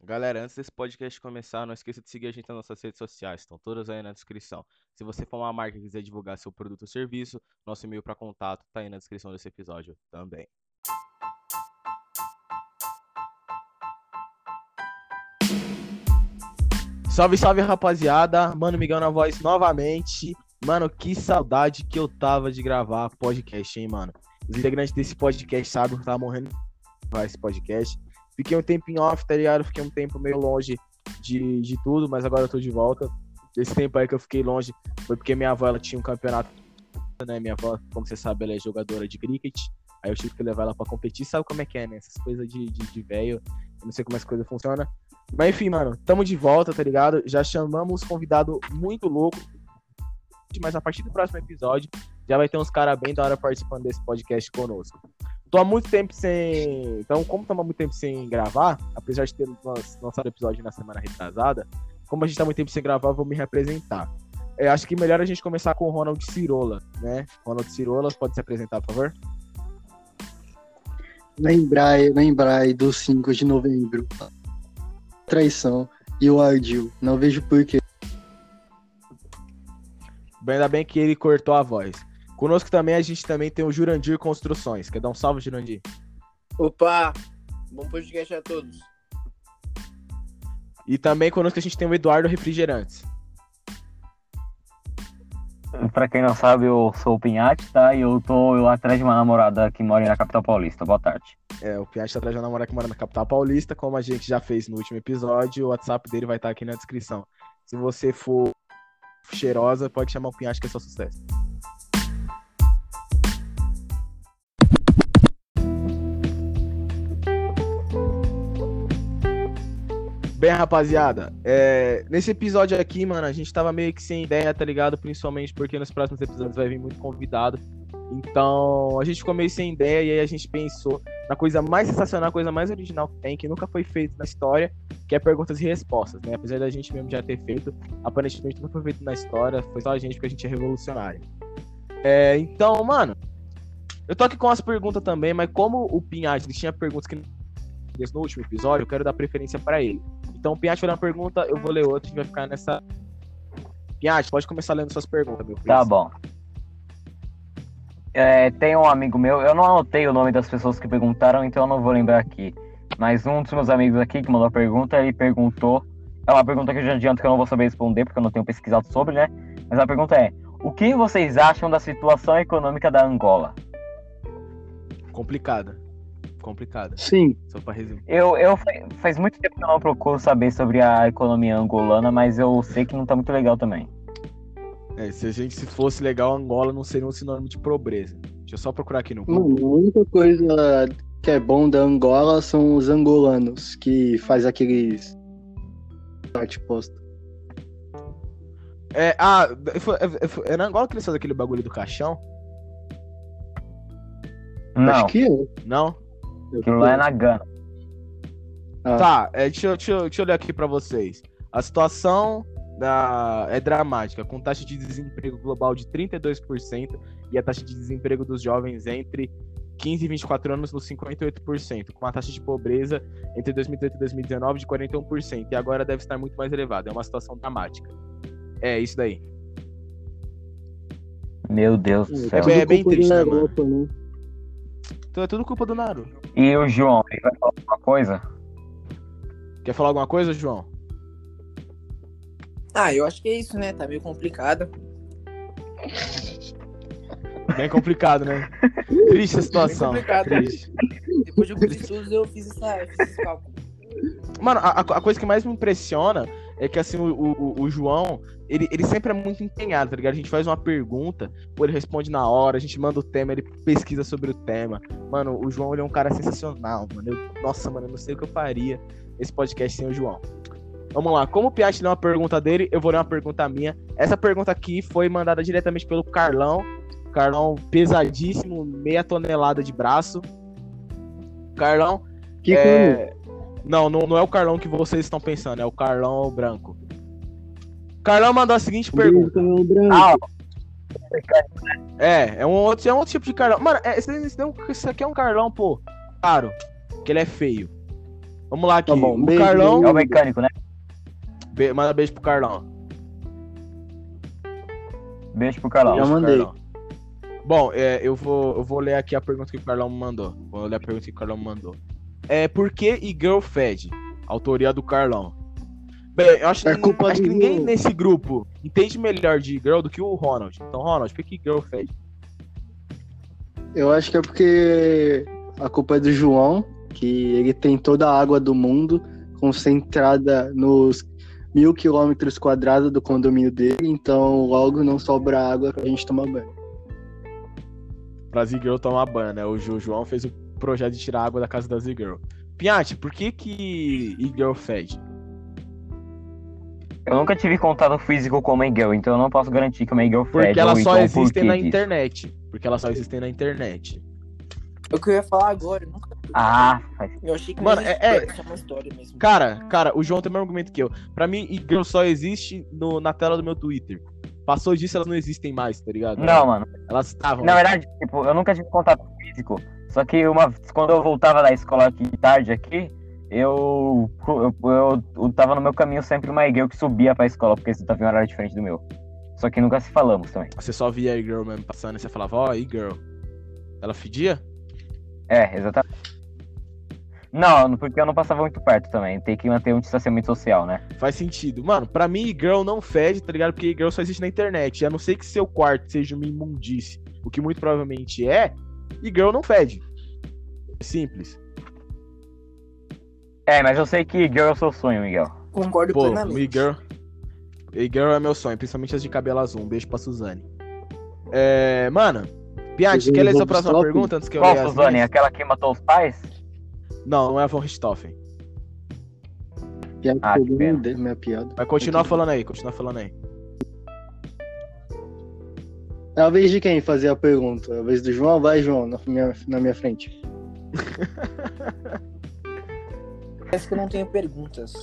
Galera, antes desse podcast começar, não esqueça de seguir a gente nas nossas redes sociais, estão todas aí na descrição. Se você for uma marca e quiser divulgar seu produto ou serviço, nosso e-mail para contato tá aí na descrição desse episódio também. Salve, salve, rapaziada. Mano, Miguel na voz novamente. Mano, que saudade que eu tava de gravar podcast, hein, mano. Os integrantes desse podcast sabem que eu tava morrendo de gravar esse podcast. Fiquei um tempo em off, tá ligado? Fiquei um tempo meio longe de tudo, mas agora eu tô de volta. Esse tempo aí que eu fiquei longe foi porque minha avó, ela tinha um campeonato, né? Minha avó, como você sabe, ela é jogadora de cricket. Aí eu tive que levar ela pra competir. Sabe como é que é, né? Essas coisas de velho. Eu não sei como essa coisa funciona. Mas enfim, mano, tamo de volta, tá ligado? Já chamamos convidado muito louco. Mas a partir do próximo episódio, já vai ter uns caras bem da hora participando desse podcast conosco. Tô há muito tempo sem... Então, como estamos há muito tempo sem gravar, apesar de ter lançado episódio na semana retrasada, como a gente tá há muito tempo sem gravar, eu vou me representar. Acho que melhor a gente começar com o Ronald Cirola, né? Ronald Cirola, pode se apresentar, por favor? Lembrai do 5 de novembro. Traição e o ardil. Não vejo porquê. Bem, ainda bem que ele cortou a voz. Conosco também, a gente também tem o Jurandir Construções. Quer dar um salve, Jurandir? Opa! Bom podcast a todos. E também conosco a gente tem o Eduardo Refrigerantes. Pra quem não sabe, eu sou o Pinhate, tá? E eu tô atrás de uma namorada que mora na capital paulista. Boa tarde. O Pinhate tá atrás de uma namorada que mora na capital paulista. Como a gente já fez no último episódio, o WhatsApp dele vai estar aqui na descrição. Se você for cheirosa, pode chamar o Pinhate, que é só sucesso. Bem, rapaziada, nesse episódio aqui, mano, a gente tava meio que sem ideia, tá ligado? Principalmente porque nos próximos episódios vai vir muito convidado. Então, a gente ficou meio sem ideia e aí a gente pensou na coisa mais sensacional, a coisa mais original que tem, que nunca foi feito na história, que é perguntas e respostas, né? Apesar da gente mesmo já ter feito, aparentemente nunca foi feito na história, foi só a gente porque a gente é revolucionário. Então, mano, eu tô aqui com as perguntas também, mas como o Pinhade tinha perguntas que no último episódio, eu quero dar preferência pra ele. Então, o Pinhate vai ler uma pergunta, eu vou ler outra, a gente vai ficar nessa... Pinhate, pode começar lendo suas perguntas, meu filho. Tá bom. Tem um amigo meu, eu não anotei o nome das pessoas que perguntaram, então eu não vou lembrar aqui. Mas um dos meus amigos aqui que mandou a pergunta, ele perguntou... É uma pergunta que eu já adianto que eu não vou saber responder, porque eu não tenho pesquisado sobre, né? Mas a pergunta é: o que vocês acham da situação econômica da Angola? Complicada. Sim. Só pra resumir. Faz muito tempo que eu não procuro saber sobre a economia angolana, mas eu sei que não tá muito legal também. Se fosse legal, Angola não seria um sinônimo de pobreza. Deixa eu só procurar aqui no Google. Mano, a única coisa que é bom da Angola são os angolanos, que faz aqueles arte posta. É na Angola que eles fazem aquele bagulho do caixão? Não, Acho que é. Não? aquilo lá é na Gana. Tá, deixa eu ler aqui pra vocês. A situação é dramática, com taxa de desemprego global de 32% e a taxa de desemprego dos jovens entre 15 e 24 anos nos 58%, com a taxa de pobreza entre 2018 e 2019 de 41%, e agora deve estar muito mais elevada. É uma situação dramática. É isso daí. Meu Deus do céu. É bem culpa triste, da né, mano? Europa, né? Então é tudo culpa do Naruto. E o João, ele vai falar alguma coisa? Quer falar alguma coisa, João? Eu acho que é isso, né? Tá meio complicado. Bem complicado, né? Triste a situação. Bem complicado. Triste. Depois de alguns estudos eu fiz esse cálculo. Mano, a coisa que mais me impressiona é que, assim, o João, ele sempre é muito empenhado, tá ligado? A gente faz uma pergunta, pô, ele responde na hora, a gente manda o tema, ele pesquisa sobre o tema. Mano, o João, ele é um cara sensacional, mano. Nossa, mano, eu não sei o que eu faria nesse podcast sem o João. Vamos lá, como o Piatti leu uma pergunta dele, eu vou ler uma pergunta minha. Essa pergunta aqui foi mandada diretamente pelo Carlão. Carlão pesadíssimo, meia tonelada de braço. Carlão, Que Não é o Carlão que vocês estão pensando, é o Carlão branco. Carlão mandou a seguinte pergunta. É um outro tipo de Carlão. Mano, isso aqui é um Carlão, pô, claro, que ele é feio. Vamos lá aqui. Tá bom, O beijo, Carlão. É o mecânico, né? Manda beijo pro Carlão. Beijo pro Carlão. Já Beijo pro mandei. Carlão. Bom, eu vou ler aqui a pergunta que o Carlão me mandou. Vou ler a pergunta que o Carlão me mandou. Por que e-girl fed? Autoria do Carlão. Bem, eu acho, É culpa acho do que ninguém João. nesse grupo entende melhor de e-girl do que o Ronald. Então, Ronald, por que e-girl fed? Eu acho que é porque a culpa é do João, que ele tem toda a água do mundo concentrada nos 1.000 quilômetros quadrados do condomínio dele, então logo não sobra água pra gente tomar banho. Pra Z-Girl tomar banho, né? O João fez o projeto de tirar água da casa da Z-Girl. Piatti, por que e-girl fed? Eu nunca tive contato físico com uma girl, então eu não posso garantir que uma girl fede. Porque elas ou só então existem por na que disso. internet. Porque elas só existem na internet. É o que eu ia falar agora. Eu nunca. Ah, faz... Eu achei que Mano, não existia, é uma história mesmo. Cara, o João tem o mesmo argumento que eu. Pra mim, e-girl só existe na tela do meu Twitter. Passou disso, elas não existem mais, tá ligado? Não, mano. Elas estavam. Na verdade, tipo, eu nunca tive contato físico. Só que quando eu voltava da escola aqui tarde aqui, eu tava no meu caminho sempre uma girl que subia pra escola, porque você tava em um horário diferente do meu. Só que nunca se falamos também. Você só via a e-girl mesmo passando e você falava, ó, e-girl. Ela fedia? É, exatamente. Não, porque eu não passava muito perto também. Tem que manter um distanciamento social, né? Faz sentido. Mano, pra mim, e-girl não fede, tá ligado? Porque e-girl só existe na internet. A não ser que seu quarto seja uma imundice, o que muito provavelmente é, e-girl não fede. É simples. É, mas eu sei que girl é o seu sonho, Miguel. Concordo Pô, plenamente. e-girl é meu sonho, principalmente as de cabelo azul. Um beijo pra Suzane. Mano, Piatti, Eu quer ler vou sua pro próxima stop. pergunta antes que eu Qual, leia as Suzane? minhas? Aquela que matou os pais? Não é a Von Richthofen. Piada Ah, que pegou pena. minha piada. Vai continuar Aqui. falando aí, continua falando aí. É a vez de quem fazer a pergunta? É a vez do João? Vai, João, na minha frente. Parece que eu não tenho perguntas.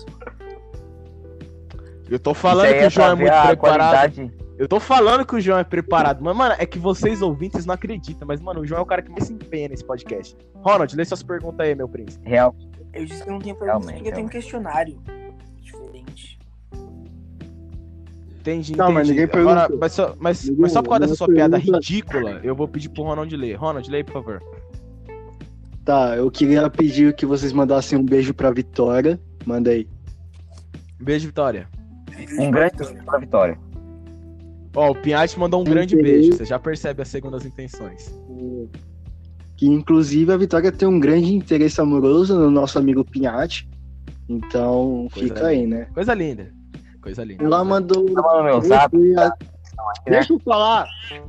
Eu tô falando Isso aí que o João é pra ver muito a preparado. qualidade. Eu tô falando que o João é preparado. Mas, mano, é que vocês ouvintes não acreditam. Mas, mano, o João é o cara que mais se empenha nesse podcast. Ronald, lê suas perguntas aí, meu príncipe. Real. Eu disse que eu não tenho perguntas Realmente, porque tem um questionário diferente. Entendi, Não, mas ninguém Agora, perguntou. mas Ninguém- só por causa dessa ninguém sua piada pergunta. ridícula, eu vou pedir pro Ronald ler. Ronald, lê, por favor. Tá, eu queria pedir que vocês mandassem um beijo pra Vitória. Manda aí. Beijo, Vitória. Um grande beijo pra Vitória. Ó, o Piatti mandou um grande beijo. Você já percebe as segundas intenções. Que inclusive a Vitória tem um grande interesse amoroso no nosso amigo Pinhatti. Então Coisa fica aí, né? Coisa linda. Coisa linda. Ela mandou. Tá mandando meu zap. né? Deixa eu falar.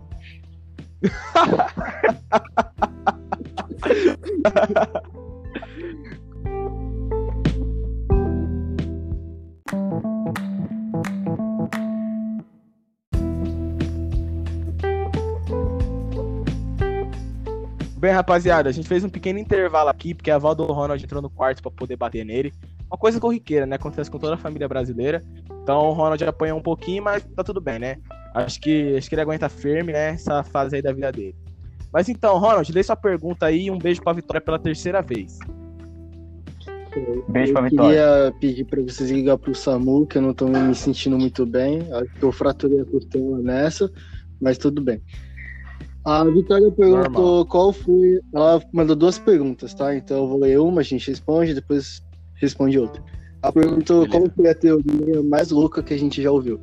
Bem, rapaziada, a gente fez um pequeno intervalo aqui, porque a avó do Ronald entrou no quarto pra poder bater nele. Uma coisa corriqueira, né? Acontece com toda a família brasileira. Então o Ronald apanhou um pouquinho, mas tá tudo bem, né? Acho que ele aguenta firme, né? Essa fase aí da vida dele. Mas então, Ronald, lê sua pergunta aí e um beijo pra Vitória pela terceira vez. Beijo pra Eu Vitória. queria pedir pra vocês ligar pro SAMU, que eu não tô me sentindo muito bem. Acho que eu fraturei a costela nessa, mas tudo bem. A Vitória perguntou Normal. qual foi. Ela mandou duas perguntas, tá? Então eu vou ler uma, a gente responde, depois responde outra. Ela perguntou Beleza. qual foi a teoria mais louca que a gente já ouviu.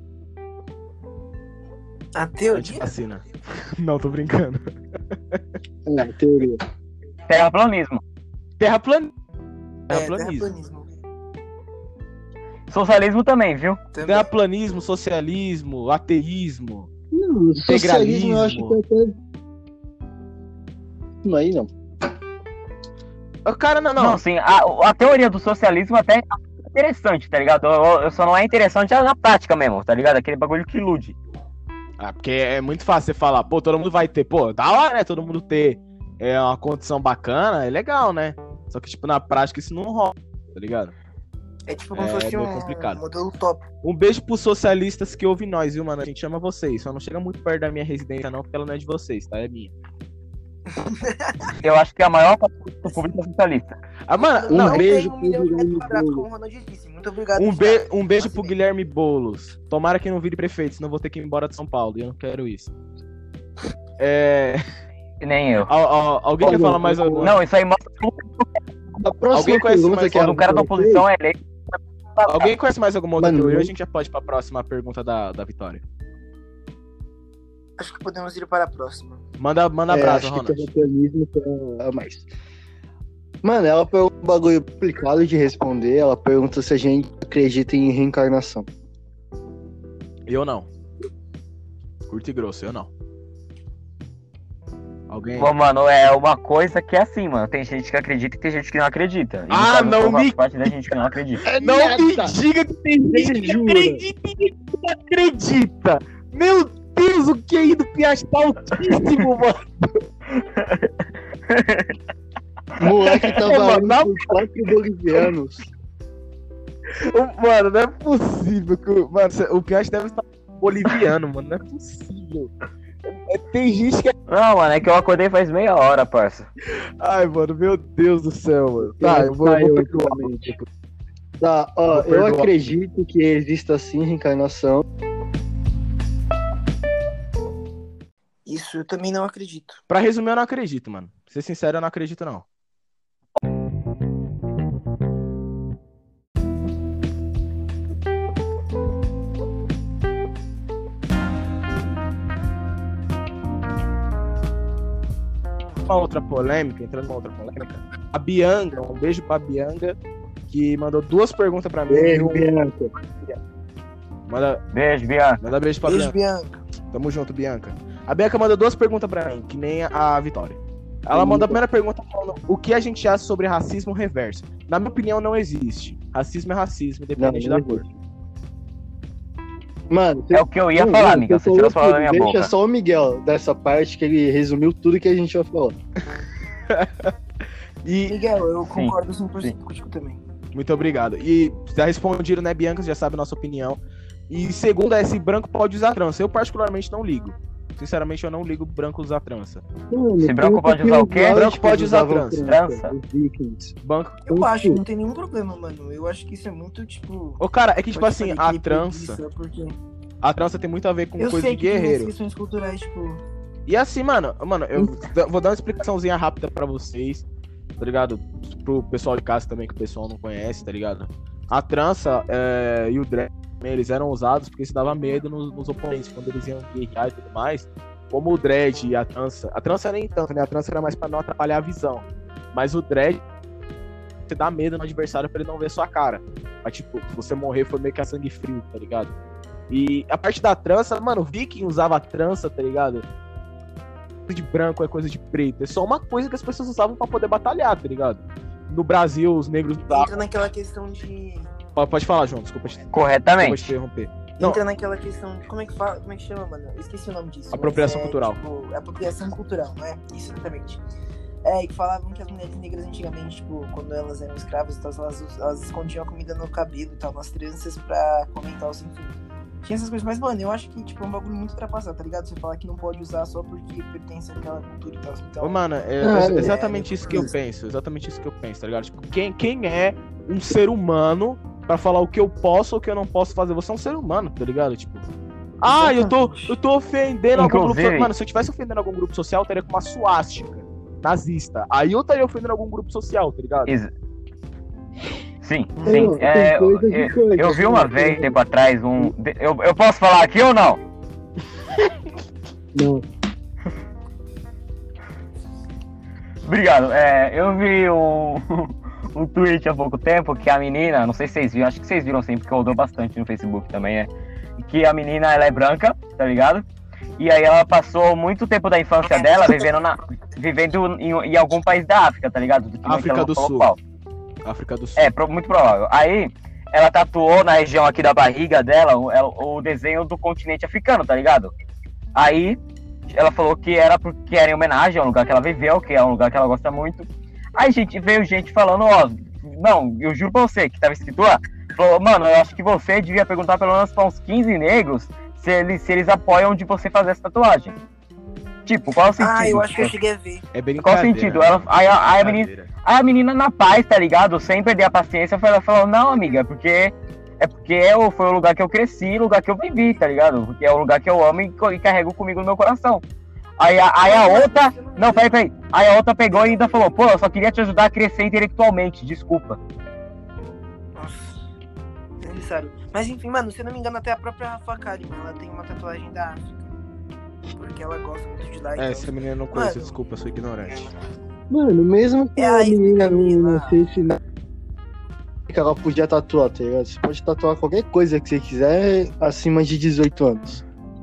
A teoria? Antivacina. Não, tô brincando. É, a teoria. Terraplanismo. Terraplanismo. Terraplanismo. Socialismo também, viu? Também. Terraplanismo, socialismo, ateísmo. Não, socialismo eu acho que Integralismo. até. Aí não. Cara, não. Não, sim. A teoria do socialismo até é interessante, tá ligado? Eu só não é interessante na prática mesmo, tá ligado? Aquele bagulho que ilude. Ah, porque é muito fácil você falar, pô, todo mundo vai ter, pô, da hora, né? Todo mundo ter uma condição bacana, é legal, né? Só que, tipo, na prática isso não rola, tá ligado? É tipo como É, se fosse meio um complicado. modelo top. Um beijo pros socialistas que ouvem nós, viu, mano? A gente ama vocês. Só não chega muito perto da minha residência, não, porque ela não é de vocês, tá? É minha. Eu acho que a maior parte do público é socialista. Ah, mano, Um não, beijo tem pro milhão de metros Guilherme quadrados, como Boulos. o Ronald disse. Muito obrigado. um beijo Assim, pro Guilherme Boulos. Tomara que não vire prefeito, senão eu vou ter que ir embora de São Paulo. E eu não quero isso. Nem eu. Alguém quer falar mais alguma? Não, isso aí mostra A próxima Alguém conhece pergunta mais que quando o cara da oposição é eleito. Alguém conhece mais alguma outra Mano, teoria? Ou a gente já pode ir pra próxima pergunta da Vitória. acho que podemos ir para a próxima. Manda brasa, acho que Ronald. terraplanismo a mais. Mano, ela pergunta um bagulho complicado de responder. Ela pergunta se a gente acredita em reencarnação. Eu não. Curto e grosso, eu não. Alguém? Bom, mano, é uma coisa que é assim, mano. Tem gente que acredita e tem gente que não acredita. E no Ah, caso, não eu faço me- parte da gente que não acredita. Não me diga que tem gente que Jura? acredita e gente que não acredita. Meu Deus, o QI do Piast tá altíssimo, mano. Moleque tá Mano, valendo não- por 4 bolivianos. Mano, não é possível que mano, o Piast deve estar boliviano, mano. Não é possível. Tem gente que. Não, mano, é que eu acordei faz meia hora, parça. Ai, mano, meu Deus do céu, mano. Tá, eu vou Caiu perdoar. ultimamente. Tá, ó, Vou eu perdoar. acredito que exista sim reencarnação. Isso eu também não acredito. Pra resumir, eu não acredito, mano. Pra ser sincero, eu não acredito, não. Uma outra polêmica, entrando numa outra polêmica. A Bianca, um beijo pra Bianca, que mandou 2 perguntas pra mim. Beijo, Bianca. Beijo, Bianca. Manda beijo pra Beijo, Bianca. Bianca. Tamo junto, Bianca. A Bianca manda 2 perguntas pra mim, que nem a Vitória. Ela manda a primeira pergunta falando o que a gente acha sobre racismo reverso. Na minha opinião, não existe. Racismo é racismo, independente Não da cor. Mano, É o que eu ia falar, amiga. Você tirou as palavras da minha deixa boca. só o Miguel dessa parte que ele resumiu tudo que a gente vai falar. E Miguel, eu concordo 100% contigo também. muito obrigado. E já respondido, né, Bianca? Você já sabe a nossa opinião. E segundo é se branco pode usar trança. Eu particularmente não ligo. Sinceramente, eu não ligo branco usar trança. Mano, Se branco pensa pode que usar o os quê? nórdicos Branco pode usar usavam trança. Os vikings. Banco. Eu Então, acho que tipo, não tem nenhum problema, mano. Eu acho que isso é muito, tipo... Ô, cara, é que, tipo pode assim, parecer a trança. preguiça, porque A trança tem muito a ver com eu coisa sei de que tem guerreiro. questões culturais, tipo... E assim, mano, eu vou dar uma explicaçãozinha rápida pra vocês, tá ligado? Pro pessoal de casa também, que o pessoal não conhece, tá ligado? A trança e o dread, eles eram usados porque se dava medo nos oponentes, quando eles iam guerrear e tudo mais. Como o dread e a trança nem tanto, né? A trança era mais pra não atrapalhar a visão. Mas o dread, você dá medo no adversário pra ele não ver sua cara. Mas, tipo, se você morrer foi meio que a sangue frio, tá ligado? E a parte da trança, mano, o viking usava trança, tá ligado? De branco é coisa de preto. É só uma coisa que as pessoas usavam pra poder batalhar, tá ligado? No Brasil, os negros usavam. Entra naquela questão de... Pode falar, João, desculpa te Corretamente. interromper. Não, Entra naquela questão de... Como é que fala? Como é que chama, mano? Eu esqueci o nome disso. mas Apropriação cultural. Tipo, apropriação cultural, né? Isso, exatamente. É, e que falavam que as mulheres negras antigamente, tipo, quando elas eram escravas e tal, elas escondiam a comida no cabelo e tal, nas tranças pra comentar o sem fim. Tinha essas coisas, mas, mano, eu acho que, tipo, é um bagulho muito ultrapassado, tá ligado? Você falar que não pode usar só porque pertence àquela cultura e tal. Então, ô, mano, exatamente isso que eu penso. Exatamente isso que eu penso, tá ligado? Tipo, quem é um ser humano pra falar o que eu posso ou o que eu não posso fazer? Você é um ser humano, tá ligado? Tipo, eu tô ofendendo algum grupo social. Mano, se eu tivesse ofendendo algum grupo social, eu estaria com uma suástica nazista. Aí eu estaria ofendendo algum grupo social, tá ligado? Sim, Não, sim. tem coisa de coisa, Eu vi uma vez, tempo atrás, eu posso falar aqui ou não? Não. Obrigado. Eu vi um tweet há pouco tempo que a menina, não sei se vocês viram, acho que vocês viram sim, porque rodou bastante no Facebook também, que a menina, ela é branca, tá ligado? E aí ela passou muito tempo da infância dela vivendo em algum país da África, tá ligado? África do Sul. Qual. África do Sul. Muito provável. Aí, ela tatuou na região aqui da barriga dela o desenho do continente africano, tá ligado? Aí, ela falou que era porque era em homenagem ao lugar que ela viveu, que é um lugar que ela gosta muito. Aí, veio gente falando, não, eu juro pra você, que tava escrito lá, falou, mano, eu acho que você devia perguntar pelo menos pra uns 15 negros se eles apoiam de você fazer essa tatuagem. Tipo, qual é o sentido? Ah, eu acho que eu cheguei a ver. É bem Qual o sentido? Aí a menina na paz, tá ligado? Sem perder a paciência, ela falou, não, amiga, porque foi o lugar que eu cresci, o lugar que eu vivi, tá ligado? Porque é o lugar que eu amo e carrego comigo no meu coração. Aí a outra... Não, peraí. Aí a outra pegou e ainda falou, pô, eu só queria te ajudar a crescer intelectualmente, desculpa. Nossa, necessário. Mas enfim, mano, se eu não me engano, até a própria Rafa Kalimann, ela tem uma tatuagem da África. Porque ela gosta muito de lá. Então... Essa menina eu não conheço, Mano, desculpa, eu sou ignorante. Mano, mesmo que É a a menina não menina. sei se que ela podia tatuar, tá ligado? Você pode tatuar qualquer coisa que você quiser acima de 18 anos.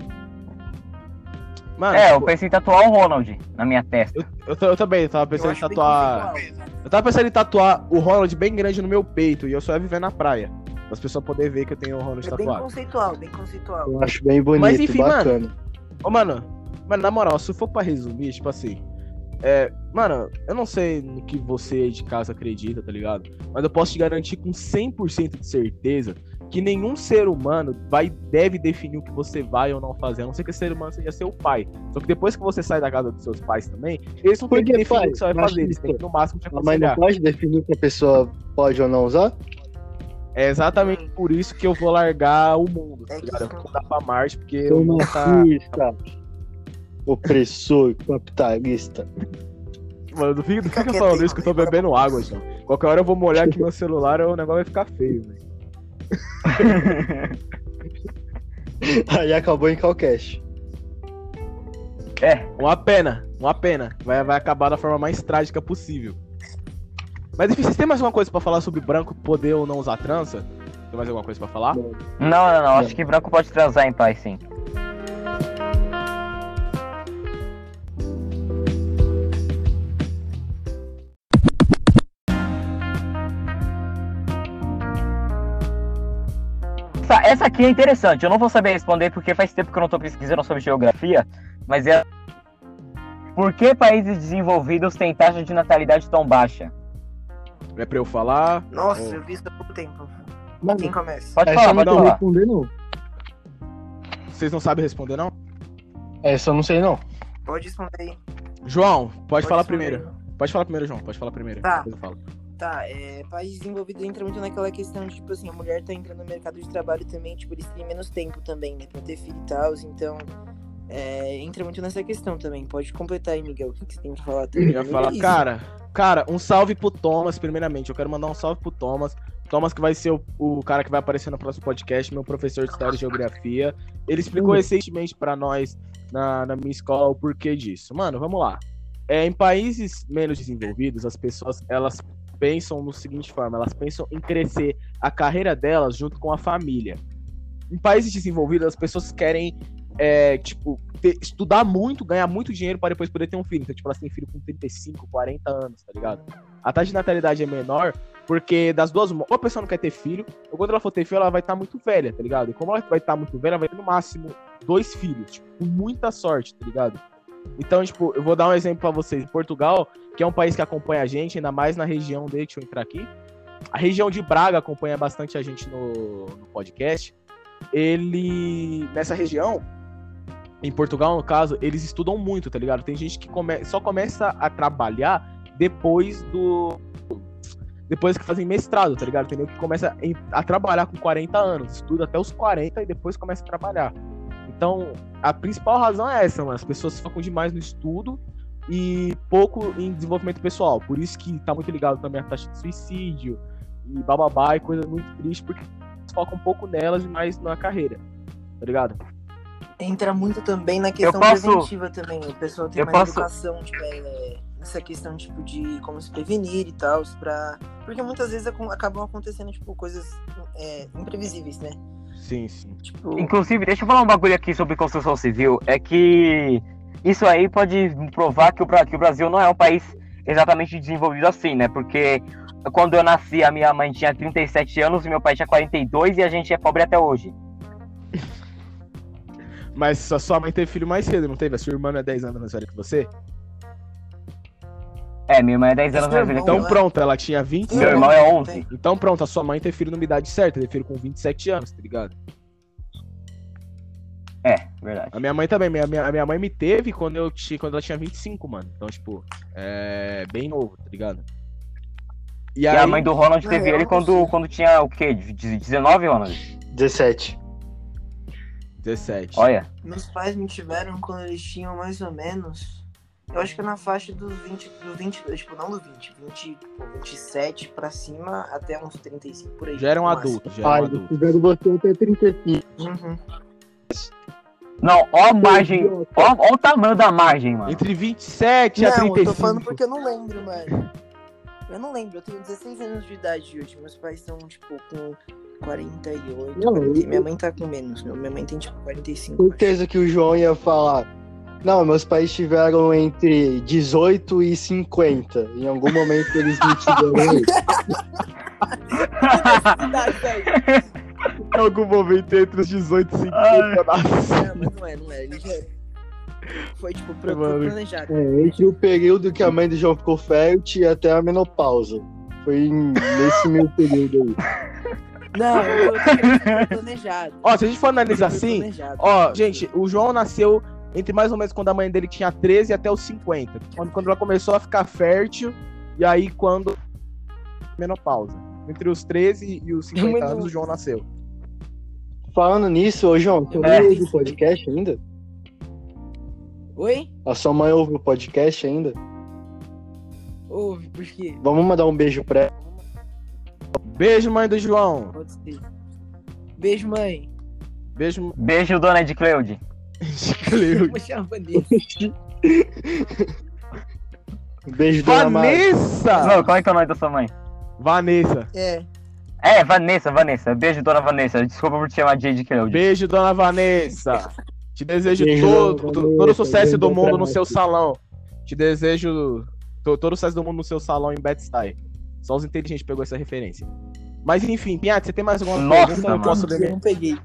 Mano, Eu tipo, pensei em tatuar o Ronald na minha testa. eu também, eu tava eu pensando em acho bem tatuar. conceitual. Eu tava pensando em tatuar o Ronald bem grande no meu peito e eu só ia viver na praia. Para as pessoas poderem ver que eu tenho o Ronald É bem tatuado. conceitual, bem conceitual. Eu acho bem bonito, Mas enfim, bacana. Ô, mano, na moral, se for pra resumir, tipo assim. Mano, eu não sei no que você aí de casa acredita, tá ligado? Mas eu posso te garantir com 100% de certeza que nenhum ser humano deve definir o que você vai ou não fazer, a não ser que esse ser humano seja seu pai. Só que depois que você sai da casa dos seus pais também, eles não têm que definir o que você vai fazer, eles têm que no máximo te Mas não aconselhar. pode definir o que a pessoa pode ou não usar? É exatamente por isso que eu vou largar o mundo, tá É que ligado? Eu isso- vou mudar pra Marte, porque Seu eu vou tá... machista, opressor, capitalista. Mano, não fica Fica quieto falando aí, isso que eu tô mano. bebendo água, João. Qualquer hora eu vou molhar aqui meu celular e o negócio vai ficar feio, velho. Aí acabou em Calcash. Uma pena. Vai acabar da forma mais trágica possível. Mas enfim, vocês têm mais alguma coisa pra falar sobre branco poder ou não usar trança? Tem mais alguma coisa pra falar? Não. Acho que branco pode transar em paz, sim. Essa aqui é interessante. Eu não vou saber responder porque faz tempo que eu não tô pesquisando sobre geografia, mas é... Por que países desenvolvidos têm taxa de natalidade tão baixa? É pra eu falar? Nossa, Ou- eu vi isso há pouco tempo. Mano, Quem começa? Pode essa falar, eu não pode sei falar. responder, não. Vocês não sabem responder, não? Essa eu não sei, não. Pode responder aí. João, pode falar responder primeiro. aí. Pode falar primeiro, João. Pode falar primeiro. Tá. Depois eu falo. Tá, país desenvolvido entra muito naquela questão de, tipo assim, a mulher tá entrando no mercado de trabalho também, tipo, eles têm menos tempo também, né, pra ter filho e tal, então, entra muito nessa questão também. Pode completar aí, Miguel, o que você tem pra falar também. Eu ia falar, cara, um salve pro Thomas, primeiramente. Eu quero mandar um salve pro Thomas. Thomas que vai ser o cara que vai aparecer no próximo podcast, meu professor de História e Geografia. Ele explicou recentemente pra nós, na minha escola, o porquê disso. Mano, vamos lá. Em países menos desenvolvidos, as pessoas, elas pensam no seguinte forma, elas pensam em crescer a carreira delas junto com a família. Em países desenvolvidos, as pessoas querem, estudar muito, ganhar muito dinheiro para depois poder ter um filho. Então, tipo, elas têm filho com 35, 40 anos, tá ligado? A taxa de natalidade é menor porque das duas, ou a pessoa não quer ter filho, ou quando ela for ter filho, ela vai estar muito velha, tá ligado? E como ela vai estar muito velha, ela vai ter no máximo 2 filhos, tipo, com muita sorte, tá ligado? Então, tipo, eu vou dar um exemplo pra vocês. Em Portugal, que é um país que acompanha a gente, ainda mais na região dele, deixa eu entrar aqui. A região de Braga acompanha bastante a gente no podcast. Nessa região, em Portugal, no caso, eles estudam muito, tá ligado? Tem gente que só começa a trabalhar depois que fazem mestrado, tá ligado? Entendeu? Que começa a trabalhar com 40 anos, estuda até os 40 e depois começa a trabalhar. Então, a principal razão é essa, mano. As pessoas focam demais no estudo e pouco em desenvolvimento pessoal. Por isso que tá muito ligado também a taxa de suicídio e bababá e coisa muito triste, porque eles focam um pouco nelas e mais na carreira, tá ligado? Entra muito também na questão preventiva também. O pessoal tem mais educação, tipo, nessa questão, tipo, de como se prevenir e tal, porque muitas vezes acabam acontecendo, tipo, coisas imprevisíveis, né? Sim. Tipo... Inclusive, deixa eu falar um bagulho aqui sobre construção civil. É que isso aí pode provar que o Brasil não é um país exatamente desenvolvido assim, né? Porque quando eu nasci, a minha mãe tinha 37 anos e meu pai tinha 42 e a gente é pobre até hoje. Mas a sua mãe teve filho mais cedo, não teve? A sua irmã não é 10 anos mais velha que você? Minha irmã é 10 anos mais velha que eu. Então pronto, ela tinha 27. Meu irmão é 11. Então pronto, a sua mãe teve filho numa idade certa, teve filho com 27 anos, tá ligado? É, verdade. A minha mãe também. A minha mãe me teve quando ela tinha 25, mano. Então, tipo, é bem novo, tá ligado? E a mãe do Ronald teve eu ele não sei. quando tinha o quê? 19, Ronald? 17. 17. Olha. Meus pais me tiveram quando eles tinham mais ou menos. Eu acho que é na faixa dos 20, tipo, não do 20, 27 pra cima até uns 35 por aí. Já era um no máximo. adulto, já era um Pai, adulto. tiveram você até 35. Uhum. Não, ó a margem. Ó o tamanho da margem, mano. Entre 27 a Não, 35. eu tô falando porque eu não lembro, mano. Eu não lembro, eu tenho 16 anos de idade hoje. Meus pais estão, tipo, com 48. Não, 40. Minha mãe tá com menos. Minha mãe tem, tipo, 45. eu acho. Certeza que o João ia falar. Não, meus pais tiveram entre 18 e 50. Em algum momento eles me tiveram. Em algum momento entre os 18 e 50 nasceu. Não, mas não é. Ele já... Foi, tipo, Mano. planejado. Entre o período que a mãe do João ficou fértil e até a menopausa. Foi nesse meio período aí. Não, foi planejado. Ó, se a gente for analisar Foi assim, planejado. ó, gente, o João nasceu entre mais ou menos quando a mãe dele tinha 13 até os 50. Quando ela começou a ficar fértil, e aí quando menopausa. Entre os 13 e os 50 Mas anos, o João nasceu. Falando nisso, ô João, você É. ouve o podcast ainda? Oi? A sua mãe ouve o podcast ainda? Ouve, por quê? Vamos mandar um beijo pra ela. Beijo, mãe do João. Pode ser. Beijo, mãe. Beijo, Beijo, dona de Cleude. Cleo. Vou chamar dele. Beijo, dona Mari. Vanessa! Não, como é que é o nome da sua mãe? Vanessa. É. Vanessa. Beijo, dona Vanessa. Desculpa por te chamar de Cleude. Beijo, dona Vanessa. Te desejo Beijo, todo dona o sucesso Vanessa. do mundo no Beijo. seu salão. Te desejo todo o sucesso do mundo no seu salão em Bed-Stuy. Só os inteligentes pegou essa referência. Mas enfim, Pinhate, você tem mais alguma Nossa, pergunta? Eu mano. posso Eu ler? não peguei.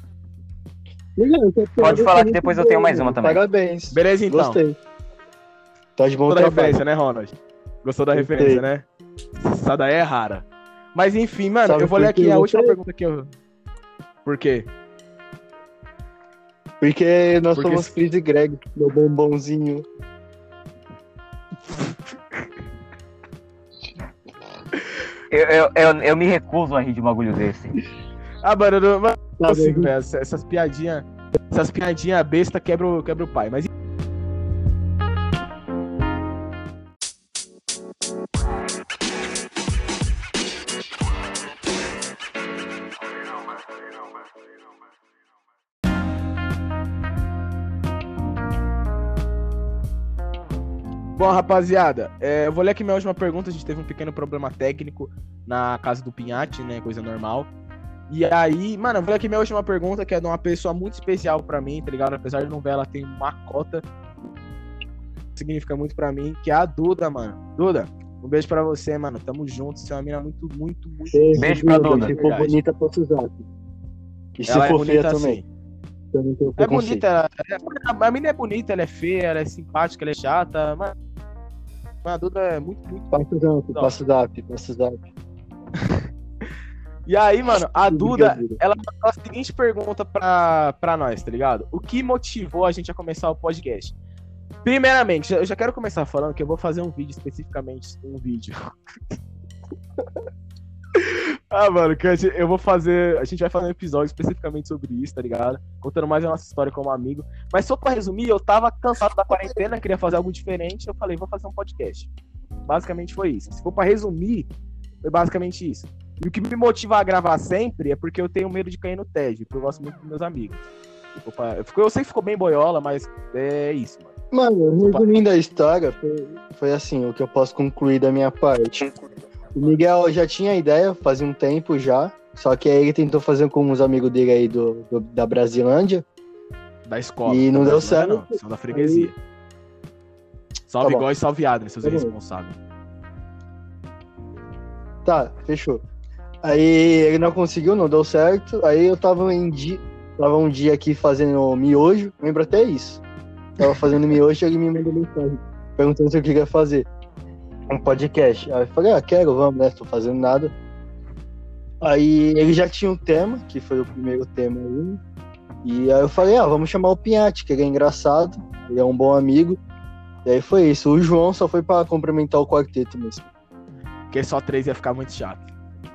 Pode falar que depois eu tenho mais uma também. Parabéns. Beleza, então. Gostei. Tá de bom Gostou da trabalho. referência, né, Ronald? Gostou da Gostei. referência, né? Essa daí é rara. Mas enfim, mano, Sabe eu vou por ler que aqui a eu última gostei? pergunta que eu... Por quê? Porque nós Porque somos Chris e Greg, meu bombonzinho. Eu me recuso a rir de um bagulho desse. Ah, mano, eu não Tá consigo, bom. velho. Essas piadinhas besta quebra o pai. Mas bom, rapaziada, eu vou ler aqui minha última pergunta. A gente teve um pequeno problema técnico na casa do Pinhate, né? Coisa normal. E aí, mano, eu vou ler aqui minha última pergunta, que é de uma pessoa muito especial pra mim, tá ligado? Apesar de não ver, ela tem uma cota que significa muito pra mim, que é a Duda, mano. Duda, um beijo pra você, mano. Tamo junto. Você é uma mina muito Beijo pra Duda. Se for Verdade. bonita, posso usar. E se ela é for feia bonita também. assim. Eu não tenho É preconceito. bonita, a mina é bonita, ela é feia, ela é simpática, ela é chata, mas a Duda é muito. Passo zap. E aí, mano, a Duda, Brincadeira. ela mandou a seguinte pergunta pra nós, tá ligado? O que motivou a gente a começar o podcast? Primeiramente, eu já quero começar falando que eu vou fazer um vídeo especificamente, Ah, mano, que a gente vai fazer um episódio especificamente sobre isso, tá ligado? Contando mais a nossa história como amigo. Mas só pra resumir, eu tava cansado da quarentena, queria fazer algo diferente, eu falei, vou fazer um podcast. Basicamente foi isso. Se for pra resumir, foi basicamente isso. E o que me motiva a gravar sempre é porque eu tenho medo de cair no tédio, porque eu gosto muito dos meus amigos. Eu sei que ficou bem boiola, mas é isso, mano. Mano, resumindo a história, foi assim, o que eu posso concluir da minha parte. O Miguel já tinha ideia, fazia um tempo já, só que aí ele tentou fazer com uns amigos dele aí da Brasilândia. Da escola. E não Da deu Brasilândia, certo. Não, são da freguesia. Salve Tá bom. igual e salveado, né, seus Tá bom. irresponsáveis. Tá, fechou. Aí ele não conseguiu, não deu certo. Aí eu tava um dia aqui fazendo miojo, lembro até isso. Tava fazendo miojo e ele me mandou mensagem perguntando se eu queria fazer um podcast. Aí eu falei, quero, vamos, né? Tô fazendo nada. Aí ele já tinha um tema, que foi o primeiro tema aí. E aí eu falei, vamos chamar o Pinhatti, que ele é engraçado, ele é um bom amigo. E aí foi isso. O João só foi pra complementar o quarteto mesmo. Porque só 3 ia ficar muito chato.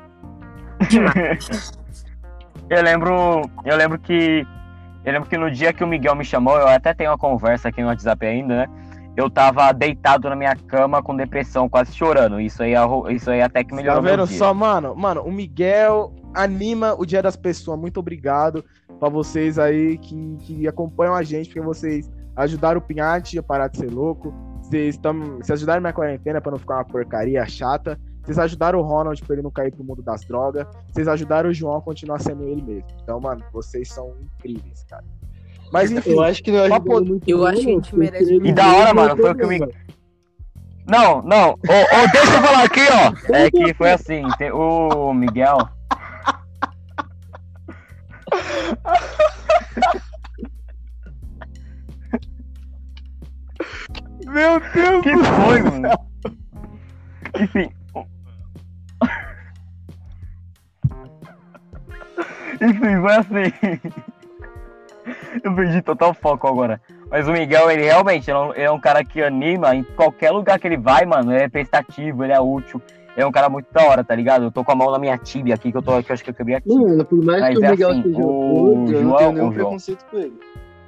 Eu lembro que no dia que o Miguel me chamou, eu até tenho uma conversa aqui no WhatsApp ainda, né? Eu tava deitado na minha cama com depressão, quase chorando. Isso aí até que melhorou. Tá vendo meu dia. só, mano? Mano, o Miguel anima o Dia das Pessoas. Muito obrigado pra vocês aí que acompanham a gente, porque vocês ajudaram o Pinhatti a parar de ser louco. Vocês ajudaram minha quarentena pra não ficar uma porcaria chata. Vocês ajudaram o Ronald pra ele não cair pro mundo das drogas. Vocês ajudaram o João a continuar sendo ele mesmo. Então, mano, vocês são incríveis, cara. Mas enfim, eu acho que não ajudou muito. Eu acho que a gente merece. E da hora, mano, foi o que o Miguel. Não. Deixa eu falar aqui, ó. É que foi assim, o Miguel. Meu Deus Que do foi, céu. mano? Enfim. Foi assim. Eu perdi total foco agora. Mas o Miguel, ele realmente ele é um cara que anima em qualquer lugar que ele vai, mano. Ele é prestativo, ele é útil. Ele é um cara muito da hora, tá ligado? Eu tô com a mão na minha tíbia aqui, que eu acho que eu quebrei aqui. Mano, por mais Mas que o Miguel assim, seja o outro, eu não João- tenho nenhum o João. preconceito com ele.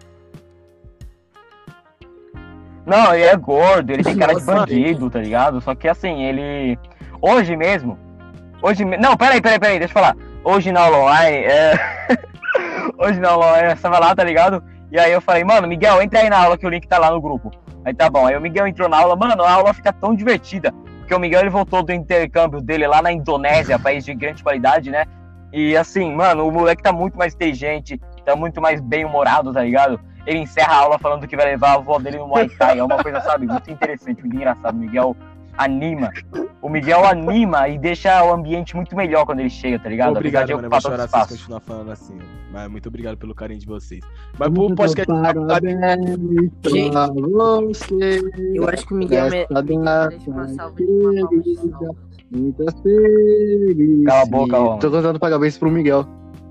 Não, ele é gordo, ele tem cara de Nossa, bandido, tá ligado? Só que assim, ele. Hoje mesmo. Não, peraí, deixa eu falar. Hoje na aula online, Hoje na aula online, eu estava lá, tá ligado? E aí eu falei, mano, Miguel, entra aí na aula que o link tá lá no grupo. Aí tá bom, aí o Miguel entrou na aula, mano, a aula fica tão divertida. Porque o Miguel, ele voltou do intercâmbio dele lá na Indonésia, país de grande qualidade, né? E assim, mano, o moleque tá muito mais inteligente, tá muito mais bem-humorado, tá ligado? Ele encerra a aula falando que vai levar a avó dele no Muay Thai. É uma coisa, sabe, muito interessante, muito engraçado. O Miguel anima. O Miguel anima e deixa o ambiente muito melhor quando ele chega, tá ligado? Obrigado, Apesar de mano. Eu vou ocupar todo chorar o se vocês espaço. continuar falando assim. Mas muito obrigado pelo carinho de vocês. Mas pro podcast. Parabéns pra você. Eu acho que o Miguel merece uma salva de palmas de salva. Muitas felicidades. Cala a boca, homem. Tô cantando parabéns pro Miguel.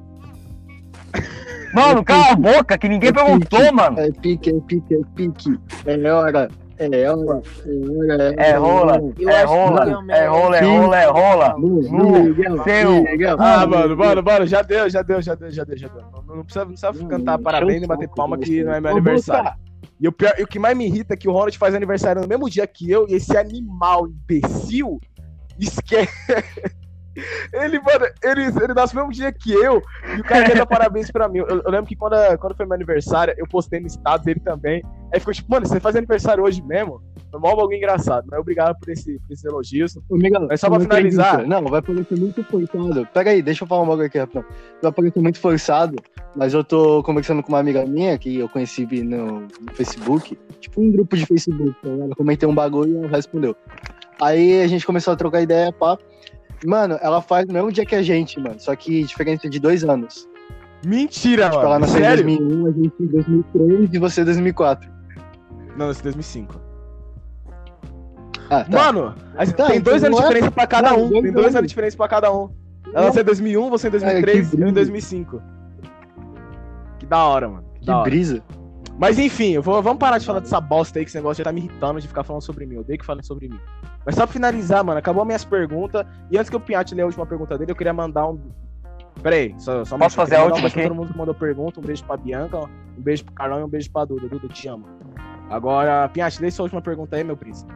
Mano, cala a boca, que ninguém perguntou, mano. É pique. É hora. É rola, Eu é acho que o rola, Miguel é rola, é merece. rola, é rola. Miguel, seu. Miguel. Ah, mano, já deu. Não precisa cantar parabéns e bater palma que não é meu aniversário. E o que mais me irrita é que o Ronald faz aniversário no mesmo dia que eu e esse animal imbecil esquece. Ele nasce no mesmo dia que eu e o cara quer dar parabéns pra mim. Eu lembro que quando foi meu aniversário, eu postei no status, ele também. Aí ficou tipo, mano, você faz aniversário hoje mesmo? Foi mó bagulho engraçado. Mas obrigado por esses elogios. Ô, Miguel, Mas só pra não finalizar. acredito. Não, vai parecer muito forçado. Pera aí, deixa eu falar um bagulho aqui, rapidão. Vai parecer muito forçado, mas eu tô conversando com uma amiga minha que eu conheci no Facebook, tipo um grupo de Facebook. Então ela comentei um bagulho e ela respondeu. Aí a gente começou a trocar ideia, pá. Mano, ela faz no mesmo dia que a gente, mano. Só que diferença de 2 anos. Mentira, Tipo, ela mano. nasceu em Sério? 2001, a gente em 2003 e você em 2004. Não, esse é 2005. Ah, tá. Mano, Tá, tem 2 então anos de não é- diferença pra cada não, um. dois Tem 2 anos. anos de diferença pra cada um. Ela nasceu em 2001, você em 2003 que e eu em brisa. 2005. Que da hora, mano. Que Da hora. brisa. Mas enfim, vamos parar de falar dessa bosta aí, que esse negócio já tá me irritando de ficar falando sobre mim. Eu odeio que falem sobre mim. Mas só pra finalizar, mano, acabou minhas perguntas. E antes que o Pinhatti ler a última pergunta dele, eu queria mandar um. Pera aí, só Posso fazer a última beijo pra aqui? todo mundo que mandou pergunta. Um beijo pra Bianca, um beijo pro Carlão e um beijo pra Duda. Duda, eu te amo. Agora, Pinhatti, lê sua última pergunta aí, meu príncipe.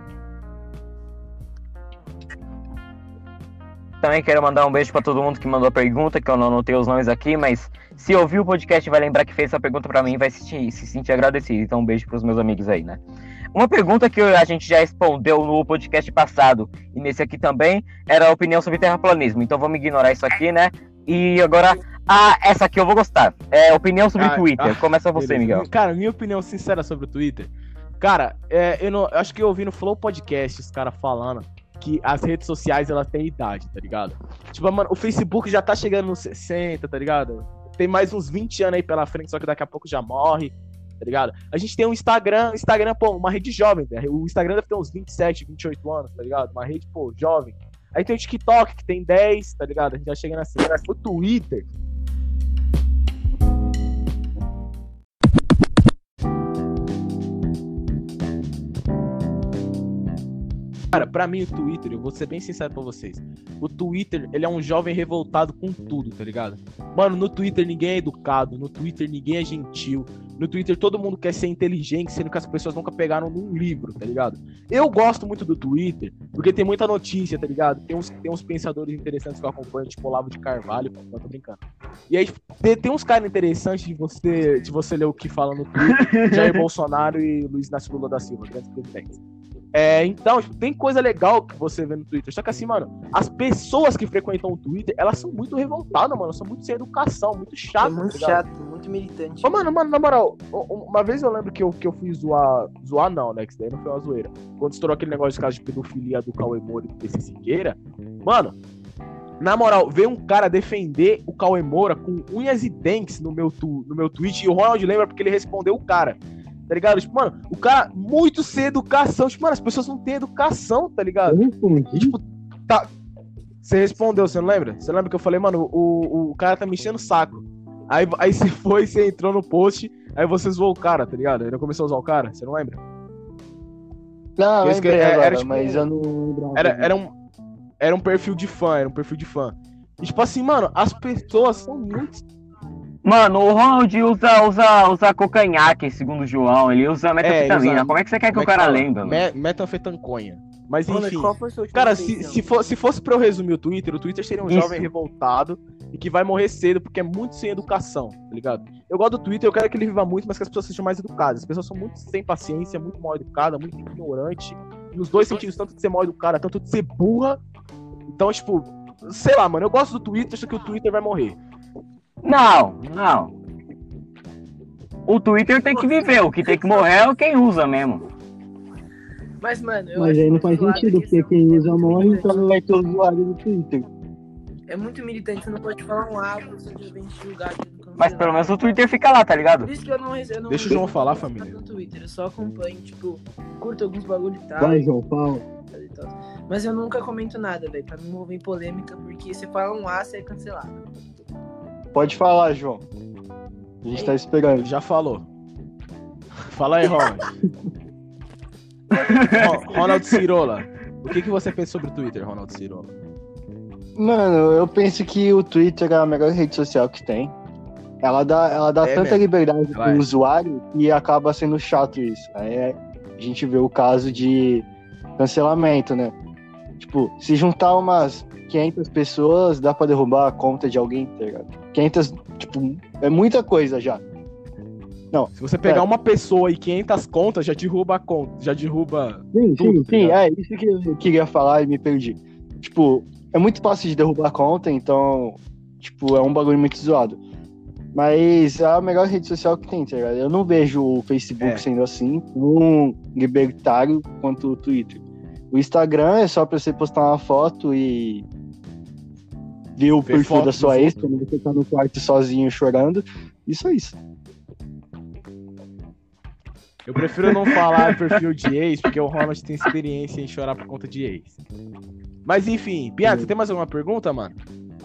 Também quero mandar um beijo pra todo mundo que mandou a pergunta, que eu não anotei os nomes aqui, mas se ouvir o podcast vai lembrar que fez essa pergunta pra mim e vai se sentir agradecido. Então um beijo pros meus amigos aí, né? Uma pergunta que a gente já respondeu no podcast passado e nesse aqui também era a opinião sobre terraplanismo. Então vamos ignorar isso aqui, né? E agora, essa aqui eu vou gostar. É opinião sobre Twitter. Começa você, Beleza. Miguel. Cara, minha opinião sincera sobre o Twitter. Cara, eu acho que eu ouvi no Flow Podcast os caras falando que as redes sociais, elas têm idade, tá ligado? Tipo, mano, o Facebook já tá chegando nos 60, tá ligado? Tem mais uns 20 anos aí pela frente, só que daqui a pouco já morre, tá ligado? A gente tem um Instagram, pô, uma rede jovem, né? O Instagram deve ter uns 27, 28 anos, tá ligado? Uma rede, pô, jovem. Aí tem o TikTok, que tem 10, tá ligado? A gente já chega nessa. O Twitter... Cara, pra mim o Twitter, eu vou ser bem sincero pra vocês. O Twitter, ele é um jovem revoltado com tudo, tá ligado? Mano, no Twitter ninguém é educado, no Twitter ninguém é gentil, no Twitter todo mundo quer ser inteligente, sendo que as pessoas nunca pegaram num livro, tá ligado? Eu gosto muito do Twitter, porque tem muita notícia, tá ligado? Tem uns pensadores interessantes que eu acompanho, tipo Olavo de Carvalho, eu tô brincando. E aí tem uns caras interessantes de você ler o que fala no Twitter, Jair Bolsonaro e Luiz Inácio Lula da Silva, grandes presidentes. Então, tipo, tem coisa legal que você vê no Twitter. Só que assim, mano, as pessoas que frequentam o Twitter, elas são muito revoltadas, mano. São muito sem educação, muito chato. É muito tá chato, muito militante. Ô, mano, na moral, uma vez eu lembro que eu fui zoar não, né? Que isso daí não foi uma zoeira. Quando estourou aquele negócio de caso de pedofilia do Cauê Moura e do PC Siqueira, mano, na moral, veio um cara defender o Cauê Moura com unhas e dentes no meu tweet, e o Ronald lembra porque ele respondeu o cara. Tá ligado? Tipo, mano, o cara muito sem educação. Tipo, mano, as pessoas não têm educação, tá ligado? E, tipo, tá. Você respondeu, você não lembra? Você lembra que eu falei, mano, o cara tá me enchendo o saco. Aí você entrou no post, aí você zoou o cara, tá ligado? Ele não começou a usar o cara, você não lembra? Não, lembrei agora, era, tipo, mas eu não lembrava. Era um perfil de fã, E, tipo assim, mano, as pessoas são muito... Mano, o Ronald usa cocanhaque, segundo o João. Ele usa metanfetamina. Como é que você quer que o cara lembre, mano? Metanfetanconha. Mas enfim, Qual foi sua última cara, refeição? se fosse pra eu resumir o Twitter seria um Isso. jovem revoltado e que vai morrer cedo porque é muito sem educação, tá ligado? Eu gosto do Twitter, eu quero que ele viva muito, mas que as pessoas sejam mais educadas. As pessoas são muito sem paciência, muito mal educadas, muito ignorante. Nos dois sentidos, tanto de ser mal educada, tanto de ser burra. Então, tipo, sei lá, mano, eu gosto do Twitter, só que o Twitter vai morrer. Não. O Twitter tem que viver, o que tem que morrer é quem usa mesmo. Mas, mano, eu Mas acho aí não que faz do lado sentido, da porque questão quem é usa muito morre, militante. então não vai ter usuário do Twitter. É muito militante, você não pode falar um A, você vem julgar. Mas pelo menos o Twitter fica lá, tá ligado? Por isso que eu não Deixa o João falar, família. No Twitter, eu só acompanho, tipo, curto alguns bagulho e tal. Vai, João, fala. E tal. Mas eu nunca comento nada, velho, pra não me envolver em polêmica, porque você fala um A, você é cancelado. Pode falar, João. A gente tá esperando. Já falou. Fala aí, Ronald. Ronald Cirola. O que você pensa sobre o Twitter, Ronald Cirola? Mano, eu penso que o Twitter é a melhor rede social que tem. Ela dá tanta mesmo. liberdade Ela é. pro usuário e acaba sendo chato isso. Aí a gente vê o caso de cancelamento, né? Tipo, se juntar umas 500 pessoas, dá pra derrubar a conta de alguém, tá ligado? 500, tipo, é muita coisa já. Não, Se você pegar uma pessoa e 500 contas, já derruba a conta. Já derruba. sim, tudo, tá sim, ligado? é isso que eu queria falar e me perdi. Tipo, é muito fácil de derrubar a conta, então, tipo, é um bagulho muito zoado. Mas é a melhor rede social que tem, tá ligado? Eu não vejo o Facebook sendo assim, tão libertário quanto o Twitter. O Instagram é só pra você postar uma foto e ver o Ver perfil foto da sua dos ex, quando você tá no quarto sozinho chorando. Isso é isso. Eu prefiro não falar perfil de ex, porque o Ronald tem experiência em chorar por conta de ex. Mas enfim, Piada, você tem mais alguma pergunta, mano?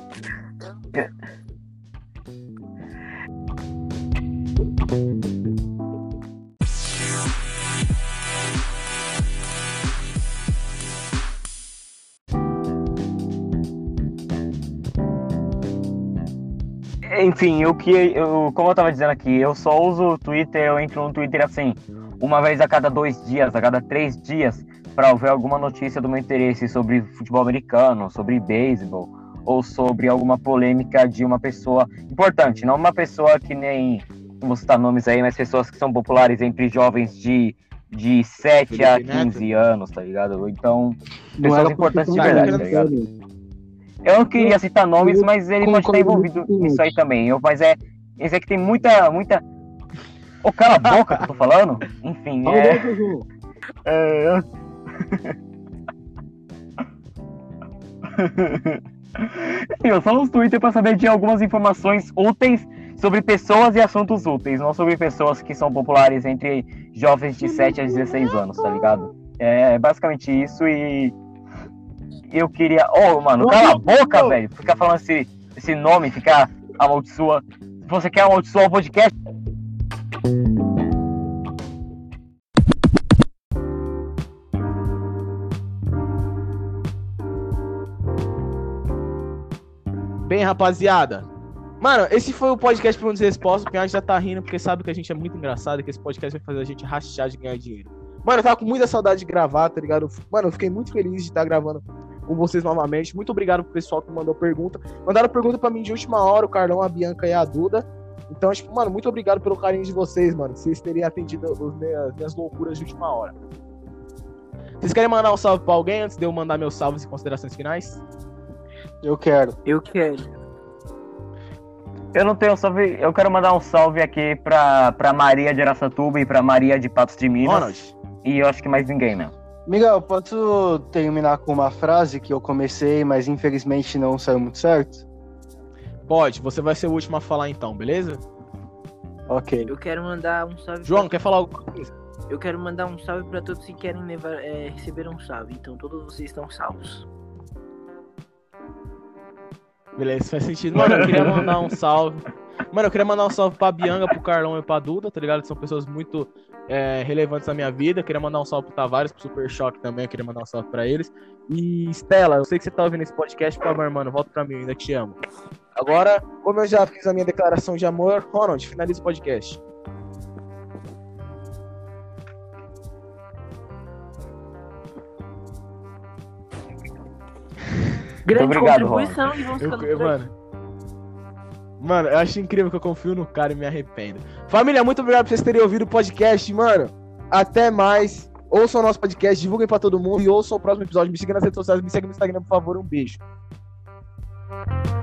Enfim, como eu tava dizendo aqui, eu só uso o Twitter, eu entro no Twitter assim, uma vez a cada 2 dias, a cada 3 dias, pra ver alguma notícia do meu interesse sobre futebol americano, sobre beisebol, ou sobre alguma polêmica de uma pessoa importante, não uma pessoa que nem, vou citar nomes aí, mas pessoas que são populares entre jovens de 7 a Felipe 15 anos, tá ligado? Então, Não pessoas era importantes de pra verdade, ficar tá ligado? falando. Eu não queria citar nomes, mas ele pode estar concordo envolvido muito com nisso aí isso. também. Mas isso é que tem muita... Ô, cala a boca que eu tô falando. Enfim, Fala, João. Eu só uso Twitter pra saber de algumas informações úteis sobre pessoas e assuntos úteis, não sobre pessoas que são populares entre jovens de 7 a 16 anos, tá ligado? É basicamente isso e... Eu queria... Ô, mano, cala a boca, velho. Ficar falando esse nome, ficar amaldiçoa. Se você quer amaldiçoar o podcast... rapaziada? Mano, esse foi o podcast Perguntas e Respostas. O Pinhade já tá rindo porque sabe que a gente é muito engraçado e que esse podcast vai fazer a gente rachar de ganhar dinheiro. Mano, eu tava com muita saudade de gravar, tá ligado? Mano, eu fiquei muito feliz de estar gravando com vocês novamente. Muito obrigado pro pessoal que mandou pergunta. Mandaram pergunta pra mim de última hora, o Carlão, a Bianca e a Duda. Então, tipo, mano, muito obrigado pelo carinho de vocês, mano. Vocês teriam atendido as minhas loucuras de última hora. Vocês querem mandar um salve pra alguém antes de eu mandar meus salves e considerações finais? Eu quero. Eu quero. Eu não tenho salve. Eu quero mandar um salve aqui pra Maria de Araçatuba e pra Maria de Patos de Minas. Ronald. E eu acho que mais ninguém, né? Miguel, posso terminar com uma frase que eu comecei, mas infelizmente não saiu muito certo? Pode, você vai ser o último a falar então, beleza? Ok. Eu quero mandar um salve. João, quer falar alguma coisa? Eu quero mandar um salve pra todos que querem receber um salve. Então todos vocês estão salvos. Beleza, faz sentido. Mano, eu queria mandar um salve. Mano, eu queria mandar um salve pra Bianca, pro Carlão e pra Duda, tá ligado? São pessoas muito relevantes na minha vida. Eu queria mandar um salve pro Tavares, pro Super Choque também. Eu queria mandar um salve pra eles. E Stella, eu sei que você tá ouvindo esse podcast, por favor, mano, volta pra mim, eu ainda te amo. Agora, como eu já fiz a minha declaração de amor, Ronald, finaliza o podcast. Grande obrigado, contribuição e vamos ficando por aqui. Mano, eu acho incrível que eu confio no cara e me arrependo. Família, muito obrigado por vocês terem ouvido o podcast, mano. Até mais. Ouçam o nosso podcast, divulguem pra todo mundo e ouçam o próximo episódio. Me siga nas redes sociais, me segue no Instagram, por favor. Um beijo.